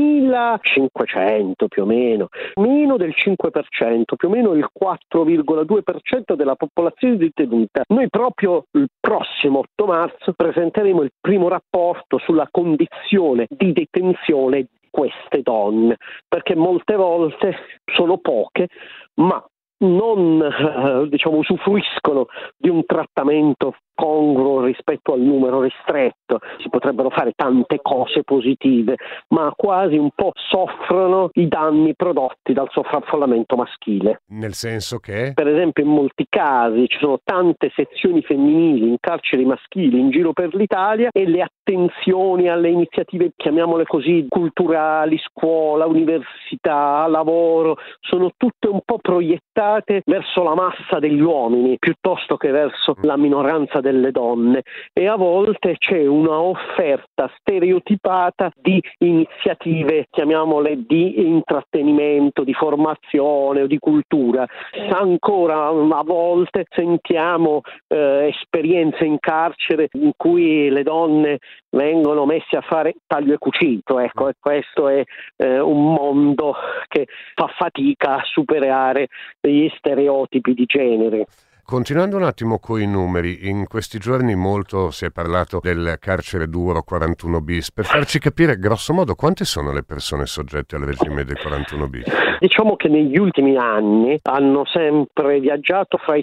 2.500 più o meno del 5%, più o meno il 4,2% della popolazione detenuta. Noi proprio il prossimo 8 marzo presenteremo il primo rapporto sulla condizione di detenzione di queste donne, perché molte volte sono poche, ma non usufruiscono di un trattamento congruo rispetto al numero ristretto. Si potrebbero fare tante cose positive, ma quasi un po' soffrono i danni prodotti dal sovraffollamento maschile. Nel senso che? Per esempio, in molti casi ci sono tante sezioni femminili in carceri maschili in giro per l'Italia e le attenzioni alle iniziative, chiamiamole così, culturali, scuola, università, lavoro, sono tutte un po' proiettate verso la massa degli uomini piuttosto che verso la minoranza delle donne, e a volte c'è una offerta stereotipata di iniziative, chiamiamole di intrattenimento, di formazione o di cultura. Ancora a volte sentiamo esperienze in carcere in cui le donne vengono messe a fare taglio e cucito, ecco, e questo è un mondo che fa fatica a superare gli stereotipi di genere. Continuando un attimo coi numeri, in questi giorni molto si è parlato del carcere duro 41 bis, per farci capire grosso modo quante sono le persone soggette al regime del 41 bis? Diciamo che negli ultimi anni hanno sempre viaggiato fra i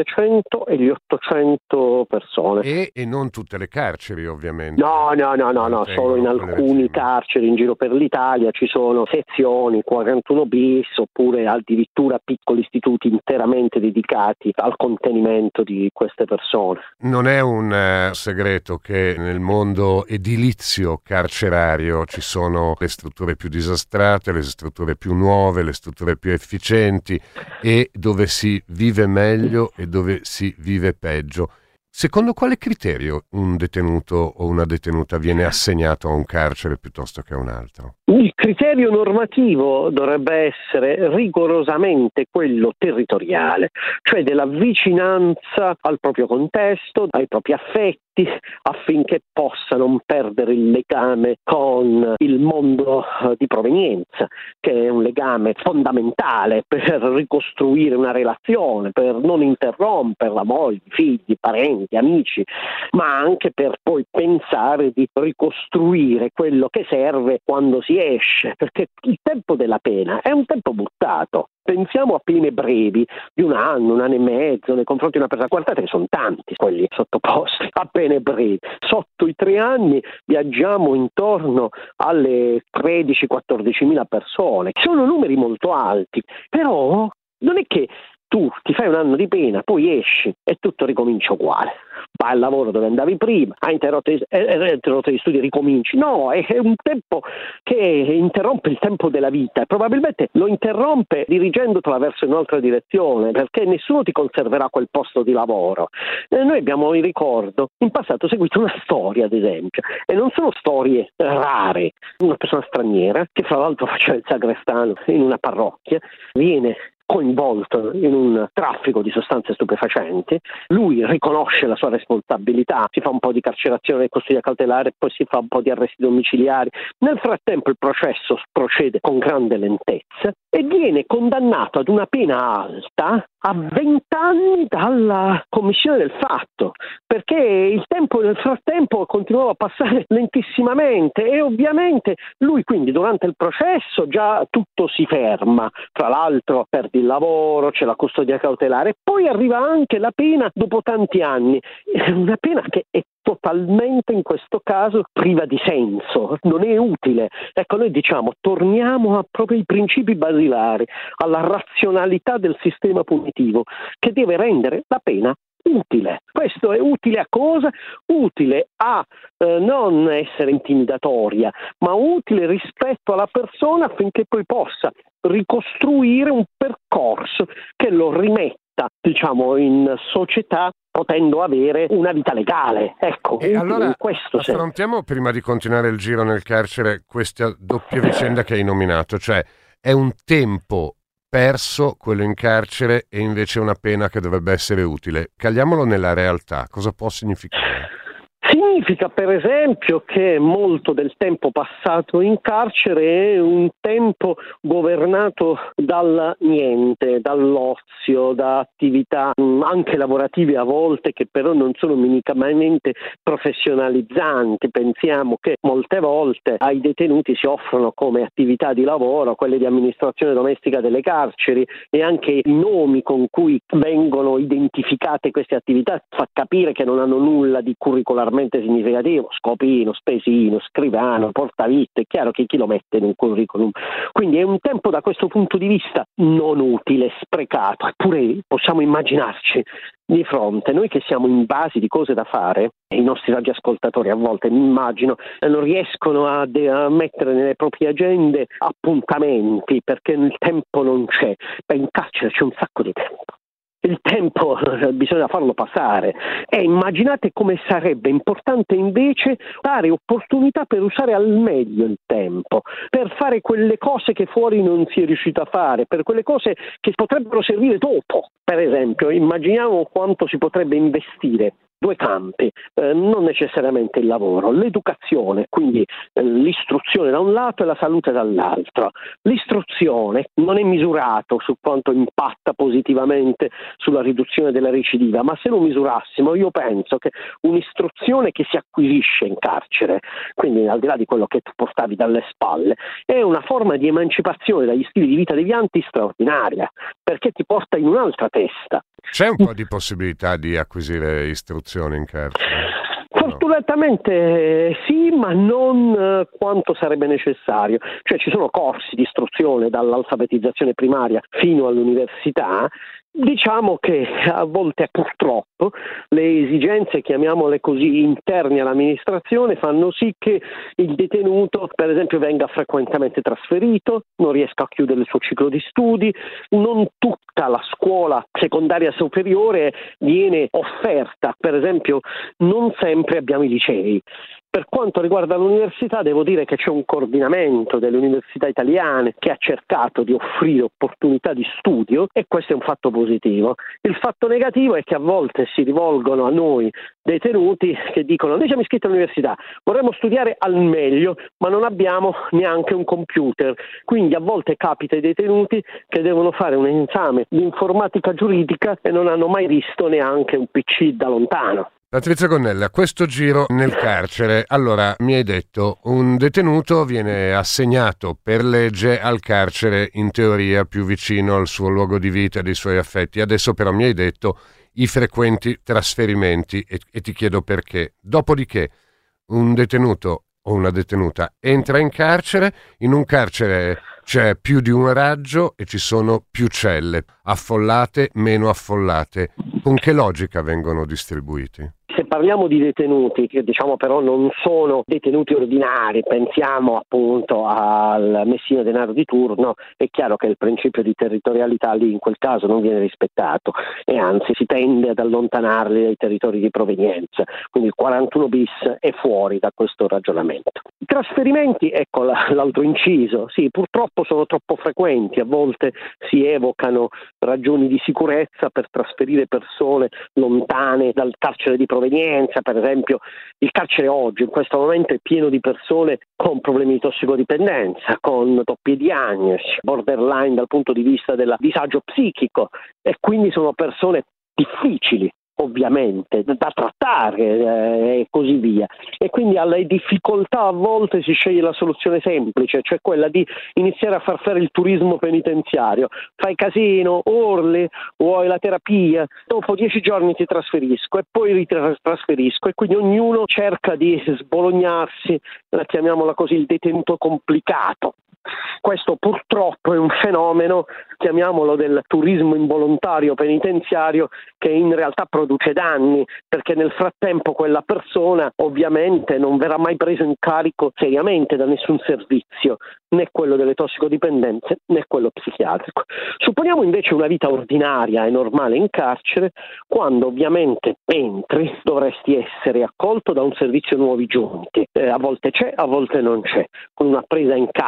700 e gli 800 persone. E non tutte le carceri, ovviamente. No, solo in alcuni carceri in giro per l'Italia ci sono sezioni 41 bis oppure addirittura piccoli istituti interamente dedicati al contenimento di queste persone. Non è un segreto che nel mondo edilizio carcerario ci sono le strutture più disastrate, le strutture più nuove, le strutture più efficienti, e dove si vive meglio e dove si vive peggio. Secondo quale criterio un detenuto o una detenuta viene assegnato a un carcere piuttosto che a un altro? Il criterio normativo dovrebbe essere rigorosamente quello territoriale, cioè della vicinanza al proprio contesto, ai propri affetti, affinché possa non perdere il legame con il mondo di provenienza, che è un legame fondamentale per ricostruire una relazione, per non interromperla, mogli, figli, parenti, amici, ma anche per poi pensare di ricostruire quello che serve quando si esce, perché il tempo della pena è un tempo buttato. Pensiamo a pene brevi di un anno e mezzo nei confronti di una persona. Guardate che sono tanti quelli sottoposti a pene brevi. Sotto i 3 anni viaggiamo intorno alle 13-14 mila persone. Sono numeri molto alti, però non è che tu ti fai un anno di pena, poi esci e tutto ricomincia uguale. Vai al lavoro dove andavi prima, hai interrotto gli studi, ricominci. No, è un tempo che interrompe il tempo della vita e probabilmente lo interrompe dirigendotela verso un'altra direzione, perché nessuno ti conserverà quel posto di lavoro. Noi abbiamo in ricordo, in passato, seguito una storia, ad esempio, e non sono storie rare. Una persona straniera, che fra l'altro faceva il sagrestano in una parrocchia, viene coinvolto in un traffico di sostanze stupefacenti, lui riconosce la sua responsabilità, si fa un po' di carcerazione e custodia cautelare, poi si fa un po' di arresti domiciliari. Nel frattempo il processo procede con grande lentezza e viene condannato ad una pena alta a 20 anni dalla commissione del fatto, perché il tempo nel frattempo continuava a passare lentissimamente e ovviamente lui quindi durante il processo già tutto si ferma, tra l'altro perdi il lavoro, c'è la custodia cautelare, poi arriva anche la pena dopo tanti anni, una pena che è totalmente in questo caso priva di senso, non è utile. Ecco, noi diciamo torniamo a proprio ai principi basilari, alla razionalità del sistema punitivo che deve rendere la pena utile. Questo è utile a cosa? Utile a non essere intimidatoria, ma utile rispetto alla persona affinché poi possa ricostruire un percorso che lo rimetta, diciamo, in società, potendo avere una vita legale. Ecco, e allora in questo affrontiamo senso. Prima di continuare il giro nel carcere, questa doppia vicenda che hai nominato, cioè è un tempo perso quello in carcere e invece una pena che dovrebbe essere utile. Cagliamolo nella realtà, cosa può significare? Significa per esempio che molto del tempo passato in carcere è un tempo governato dal niente, dall'ozio, da attività anche lavorative a volte che però non sono minimamente professionalizzanti. Pensiamo che molte volte ai detenuti si offrono come attività di lavoro quelle di amministrazione domestica delle carceri, e anche i nomi con cui vengono identificate queste attività fa capire che non hanno nulla di curricolare significativo: scopino, spesino, scrivano, portavite. È chiaro che chi lo mette in un curriculum? Quindi è un tempo da questo punto di vista non utile, sprecato. Eppure possiamo immaginarci di fronte, noi che siamo invasi di cose da fare, e i nostri radioascoltatori a volte, mi immagino, non riescono a mettere nelle proprie agende appuntamenti perché il tempo non c'è. Beh, in carcere c'è un sacco di tempo. Il tempo bisogna farlo passare, e immaginate come sarebbe importante invece dare opportunità per usare al meglio il tempo, per fare quelle cose che fuori non si è riuscito a fare, per quelle cose che potrebbero servire dopo. Per esempio, immaginiamo quanto si potrebbe investire. Due campi, non necessariamente il lavoro, l'educazione, quindi l'istruzione da un lato e la salute dall'altro. L'istruzione non è misurato su quanto impatta positivamente sulla riduzione della recidiva, ma se lo misurassimo io penso che un'istruzione che si acquisisce in carcere, quindi al di là di quello che tu portavi dalle spalle, è una forma di emancipazione dagli stili di vita devianti straordinaria, perché ti porta in un'altra testa. C'è un po' di possibilità di acquisire istruzione in carcere? Fortunatamente sì, ma non quanto sarebbe necessario. Cioè ci sono corsi di istruzione dall'alfabetizzazione primaria fino all'università. Diciamo che a volte purtroppo le esigenze, chiamiamole così, interni all'amministrazione fanno sì che il detenuto per esempio venga frequentemente trasferito, non riesca a chiudere il suo ciclo di studi, non tutta la scuola secondaria superiore viene offerta, per esempio non sempre abbiamo i licei. Per quanto riguarda l'università, devo dire che c'è un coordinamento delle università italiane che ha cercato di offrire opportunità di studio, e questo è un fatto positivo. Il fatto negativo è che a volte si rivolgono a noi detenuti che dicono: noi siamo iscritti all'università, vorremmo studiare al meglio, ma non abbiamo neanche un computer. Quindi a volte capita ai detenuti che devono fare un esame di informatica giuridica e non hanno mai visto neanche un PC da lontano. Patrizia Gonnella, questo giro nel carcere, allora mi hai detto un detenuto viene assegnato per legge al carcere in teoria più vicino al suo luogo di vita e dei suoi affetti, adesso però mi hai detto i frequenti trasferimenti e ti chiedo perché. Dopodiché un detenuto o una detenuta entra in un carcere c'è più di un raggio e ci sono più celle, affollate, meno affollate. Con che logica vengono distribuiti? Se parliamo di detenuti che diciamo però non sono detenuti ordinari, pensiamo appunto al Messina Denaro di turno, è chiaro che il principio di territorialità lì in quel caso non viene rispettato e anzi si tende ad allontanarli dai territori di provenienza, quindi il 41 bis è fuori da questo ragionamento. I trasferimenti, ecco l'altro inciso, sì, purtroppo sono troppo frequenti, a volte si evocano ragioni di sicurezza per trasferire persone lontane dal carcere di provenienza. Per esempio il carcere oggi in questo momento è pieno di persone con problemi di tossicodipendenza, con doppie diagnosi, borderline dal punto di vista del disagio psichico, e quindi sono persone difficili ovviamente da trattare e così via, e quindi alle difficoltà a volte si sceglie la soluzione semplice, cioè quella di iniziare a far fare il turismo penitenziario. Fai casino, urli, vuoi la terapia, dopo 10 giorni ti trasferisco e poi ritrasferisco, e quindi ognuno cerca di sbolognarsi, chiamiamola così, il detenuto complicato. Questo purtroppo è un fenomeno, chiamiamolo, del turismo involontario penitenziario, che in realtà produce danni, perché nel frattempo quella persona ovviamente non verrà mai presa in carico seriamente da nessun servizio, né quello delle tossicodipendenze né quello psichiatrico. Supponiamo invece una vita ordinaria e normale in carcere, quando ovviamente entri dovresti essere accolto da un servizio nuovi giunti, a volte c'è, a volte non c'è, con una presa in carico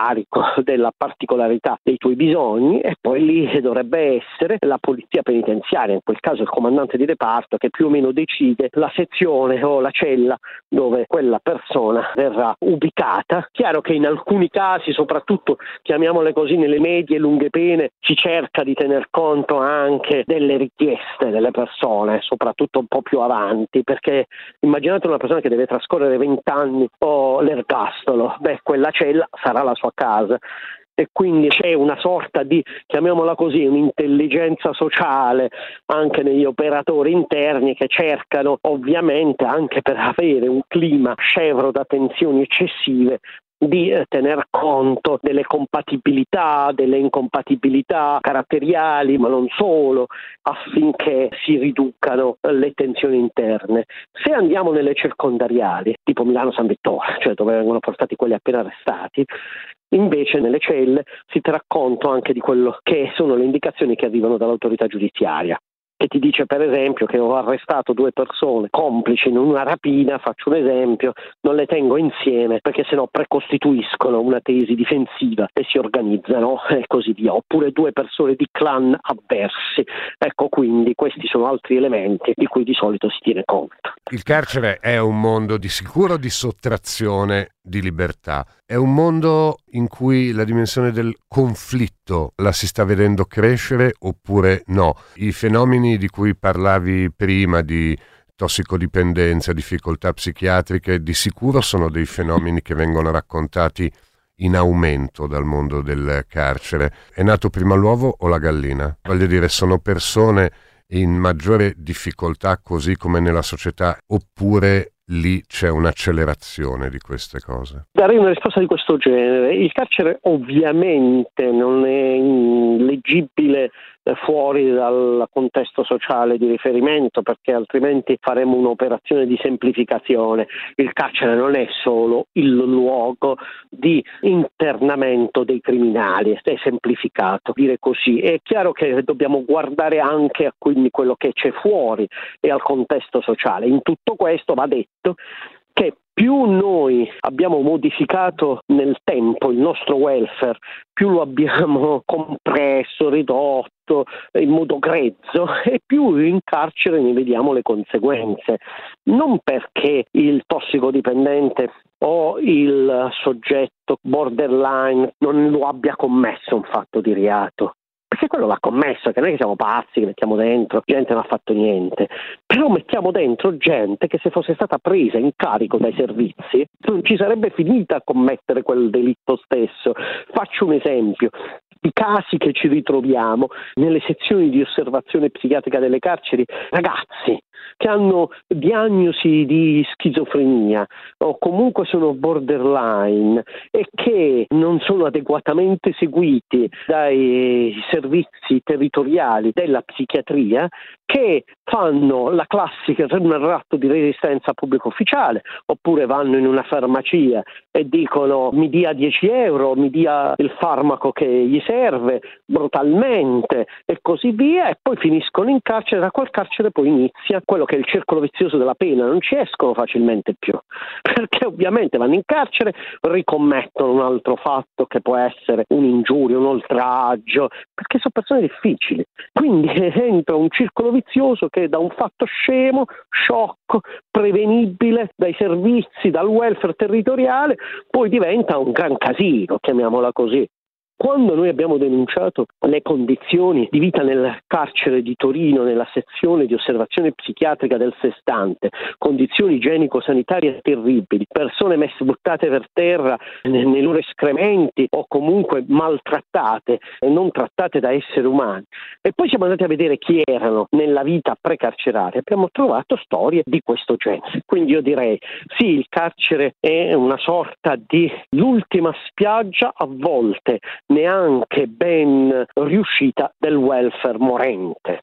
della particolarità dei tuoi bisogni, e poi lì dovrebbe essere la polizia penitenziaria, in quel caso il comandante di reparto, che più o meno decide la sezione o la cella dove quella persona verrà ubicata. Chiaro che in alcuni casi, soprattutto chiamiamole così, nelle medie e lunghe pene, si cerca di tener conto anche delle richieste delle persone, soprattutto un po' più avanti, perché immaginate una persona che deve trascorrere 20 anni o l'ergastolo, quella cella sarà la sua casa. E quindi c'è una sorta di, chiamiamola così, un'intelligenza sociale anche negli operatori interni, che cercano, ovviamente anche per avere un clima scevro da tensioni eccessive, di tener conto delle compatibilità, delle incompatibilità caratteriali, ma non solo, affinché si riducano le tensioni interne. Se andiamo nelle circondariali, tipo Milano San Vittore, cioè dove vengono portati quelli appena arrestati, invece nelle celle si terrà conto anche di quello che sono le indicazioni che arrivano dall'autorità giudiziaria, che ti dice per esempio che ho arrestato 2 persone complici in una rapina, faccio un esempio, non le tengo insieme perché sennò precostituiscono una tesi difensiva e si organizzano e così via, oppure 2 persone di clan avversi. Ecco, quindi questi sono altri elementi di cui di solito si tiene conto. Il carcere è un mondo di sicuro di sottrazione di libertà, è un mondo in cui la dimensione del conflitto la si sta vedendo crescere oppure no? I fenomeni di cui parlavi prima, di tossicodipendenza, difficoltà psichiatriche, di sicuro sono dei fenomeni che vengono raccontati in aumento dal mondo del carcere. È nato prima l'uovo o la gallina? Voglio dire, sono persone in maggiore difficoltà così come nella società, oppure lì c'è un'accelerazione di queste cose? Darei una risposta di questo genere. Il carcere ovviamente non è leggibile fuori dal contesto sociale di riferimento, perché altrimenti faremo un'operazione di semplificazione. Il carcere non è solo il luogo di internamento dei criminali, è semplificato dire così. È chiaro che dobbiamo guardare anche a quindi quello che c'è fuori e al contesto sociale. In tutto questo va detto che più noi abbiamo modificato nel tempo il nostro welfare, più lo abbiamo compresso, ridotto in modo grezzo, e più in carcere ne vediamo le conseguenze. Non perché il tossicodipendente o il soggetto borderline non lo abbia commesso un fatto di reato, perché quello va commesso, che non è che siamo pazzi, che mettiamo dentro gente non ha fatto niente, però mettiamo dentro gente che, se fosse stata presa in carico dai servizi, non ci sarebbe finita a commettere quel delitto stesso. Faccio un esempio: i casi che ci ritroviamo nelle sezioni di osservazione psichiatrica delle carceri, ragazzi che hanno diagnosi di schizofrenia o comunque sono borderline e che non sono adeguatamente seguiti dai servizi territoriali della psichiatria, che fanno la classica un ratto di resistenza pubblico ufficiale, oppure vanno in una farmacia e dicono mi dia 10 euro, mi dia il farmaco che gli serve brutalmente e così via, e poi finiscono in carcere. Da quel carcere poi inizia quello che è il circolo vizioso della pena, non ci escono facilmente più, perché ovviamente vanno in carcere, ricommettono un altro fatto che può essere un'ingiuria, un oltraggio, perché sono persone difficili. Quindi entra un circolo vizioso che da un fatto scemo, sciocco, prevenibile dai servizi, dal welfare territoriale, poi diventa un gran casino, chiamiamola così. Quando noi abbiamo denunciato le condizioni di vita nel carcere di Torino, nella sezione di osservazione psichiatrica del Sestante, condizioni igienico-sanitarie terribili, persone messe buttate per terra nei loro escrementi o comunque maltrattate e non trattate da esseri umani, e poi siamo andati a vedere chi erano nella vita precarceraria, abbiamo trovato storie di questo genere. Quindi io direi sì, il carcere è una sorta di l'ultima spiaggia, a volte neanche ben riuscita, del welfare morente.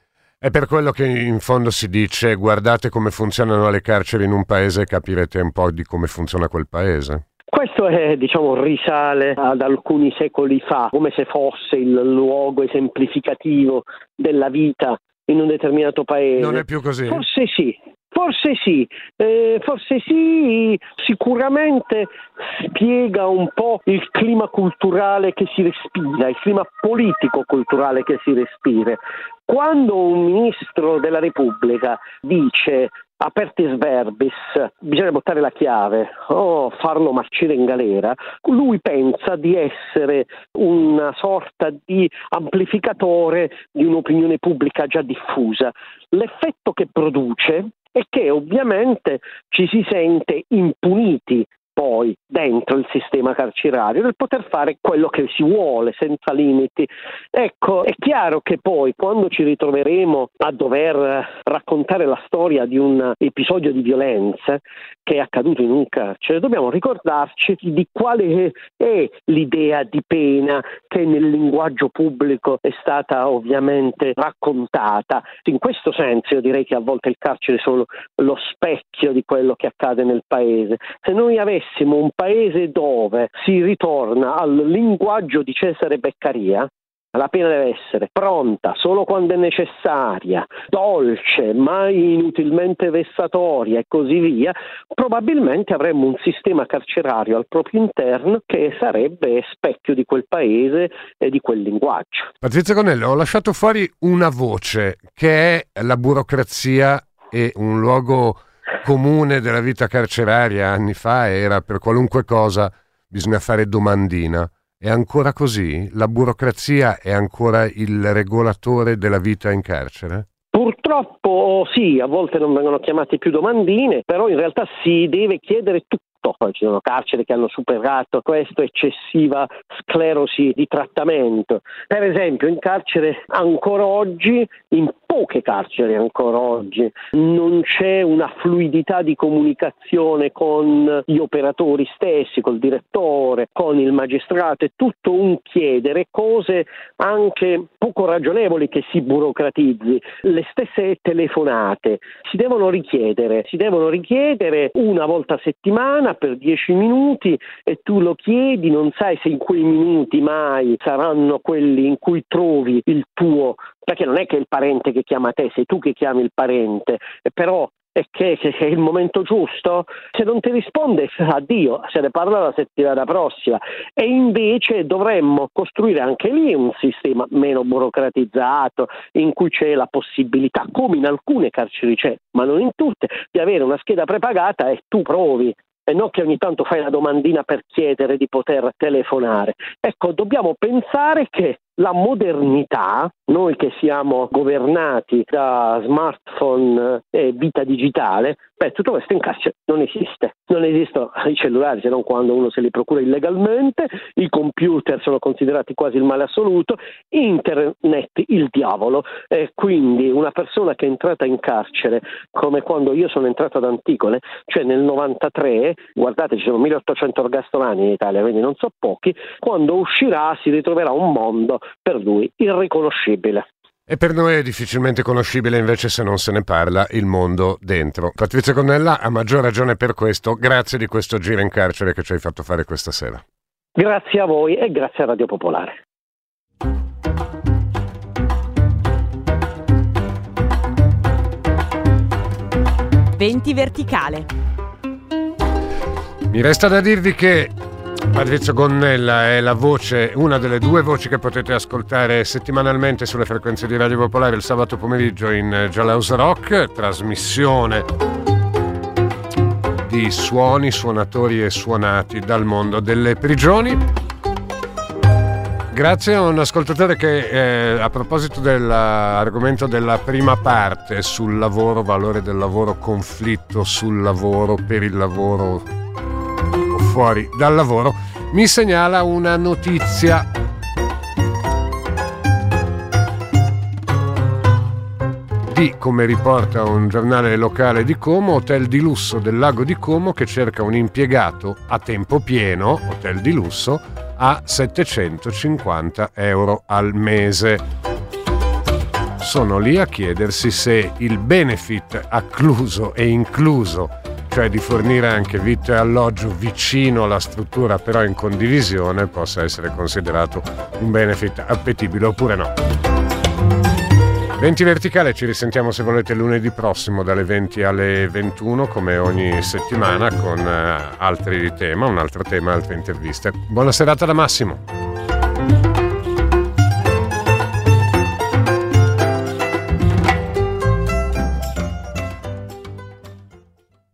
È per quello che in fondo si dice: guardate come funzionano le carceri in un paese e capirete un po' di come funziona quel paese. Questo è, risale ad alcuni secoli fa, come se fosse il luogo esemplificativo della vita in un determinato paese. Non è più così? Forse sì. Forse sì, sicuramente spiega un po' il clima culturale che si respira, il clima politico-culturale che si respira. Quando un ministro della Repubblica dice apertis verbis, bisogna buttare la chiave o farlo marcire in galera, lui pensa di essere una sorta di amplificatore di un'opinione pubblica già diffusa. L'effetto che produce è che ovviamente ci si sente impuniti poi dentro il sistema carcerario nel poter fare quello che si vuole senza limiti. Ecco, è chiaro che poi quando ci ritroveremo a dover raccontare la storia di un episodio di violenza che è accaduto in un carcere, dobbiamo ricordarci di quale è l'idea di pena che nel linguaggio pubblico è stata ovviamente raccontata. In questo senso io direi che a volte il carcere è solo lo specchio di quello che accade nel paese. Se noi avessimo un paese dove si ritorna al linguaggio di Cesare Beccaria, la pena deve essere pronta solo quando è necessaria, dolce, mai inutilmente vessatoria e così via, probabilmente avremmo un sistema carcerario al proprio interno che sarebbe specchio di quel paese e di quel linguaggio. Patrizia Gonnella, ho lasciato fuori una voce che è la burocrazia e un luogo comune della vita carceraria. Anni fa era per qualunque cosa bisogna fare domandina. È ancora così? La burocrazia è ancora il regolatore della vita in carcere? Purtroppo sì, a volte non vengono chiamate più domandine, però in realtà si deve chiedere tutto. Ci sono carceri che hanno superato questa eccessiva sclerosi di trattamento. Per esempio in carcere ancora oggi, in poche carceri ancora oggi, non c'è una fluidità di comunicazione con gli operatori stessi, col direttore, con il magistrato. È tutto un chiedere cose anche poco ragionevoli che si burocratizzi. Le stesse telefonate si devono richiedere una volta a settimana per 10 minuti e tu lo chiedi, non sai se in quei minuti mai saranno quelli in cui trovi il tuo, perché non è che è il parente che chiama te, sei tu che chiami il parente, però è che è il momento giusto. Se non ti risponde, addio, se ne parla la settimana prossima. E invece dovremmo costruire anche lì un sistema meno burocratizzato, in cui c'è la possibilità, come in alcune carceri c'è, ma non in tutte, di avere una scheda prepagata e tu provi, e non che ogni tanto fai la domandina per chiedere di poter telefonare. Ecco, dobbiamo pensare che la modernità, noi che siamo governati da smartphone e vita digitale, tutto questo in carcere non esiste. Non esistono i cellulari, se non quando uno se li procura illegalmente, i computer sono considerati quasi il male assoluto, internet il diavolo, e quindi una persona che è entrata in carcere, come quando io sono entrato ad Antigone, cioè nel 93, guardate ci sono 1800 ergastolani in Italia, quindi non so pochi, quando uscirà si ritroverà un mondo per lui irriconoscibile. E per noi è difficilmente conoscibile invece se non se ne parla il mondo dentro. Patrizia Gonnella, a maggior ragione per questo, grazie di questo giro in carcere che ci hai fatto fare questa sera. Grazie a voi e grazie a Radio Popolare. Venti verticale. Mi resta da dirvi che Patrizia Gonnella è la voce, una delle due voci che potete ascoltare settimanalmente sulle frequenze di Radio Popolare il sabato pomeriggio in Jailhouse Rock, trasmissione di suoni, suonatori e suonati dal mondo delle prigioni. Grazie a un ascoltatore che a proposito dell'argomento della prima parte sul lavoro, valore del lavoro, conflitto sul lavoro, per il lavoro fuori dal lavoro, mi segnala una notizia. Di, come riporta un giornale locale di Como, hotel di lusso del lago di Como che cerca un impiegato a tempo pieno, hotel di lusso, a 750 euro al mese. Sono lì a chiedersi se il benefit accluso e incluso, cioè di fornire anche vitto e alloggio vicino alla struttura però in condivisione, possa essere considerato un benefit appetibile oppure no. 20 Verticale, ci risentiamo se volete lunedì prossimo dalle 20 alle 21 come ogni settimana con altri tema, un altro tema, altre interviste. Buona serata da Massimo.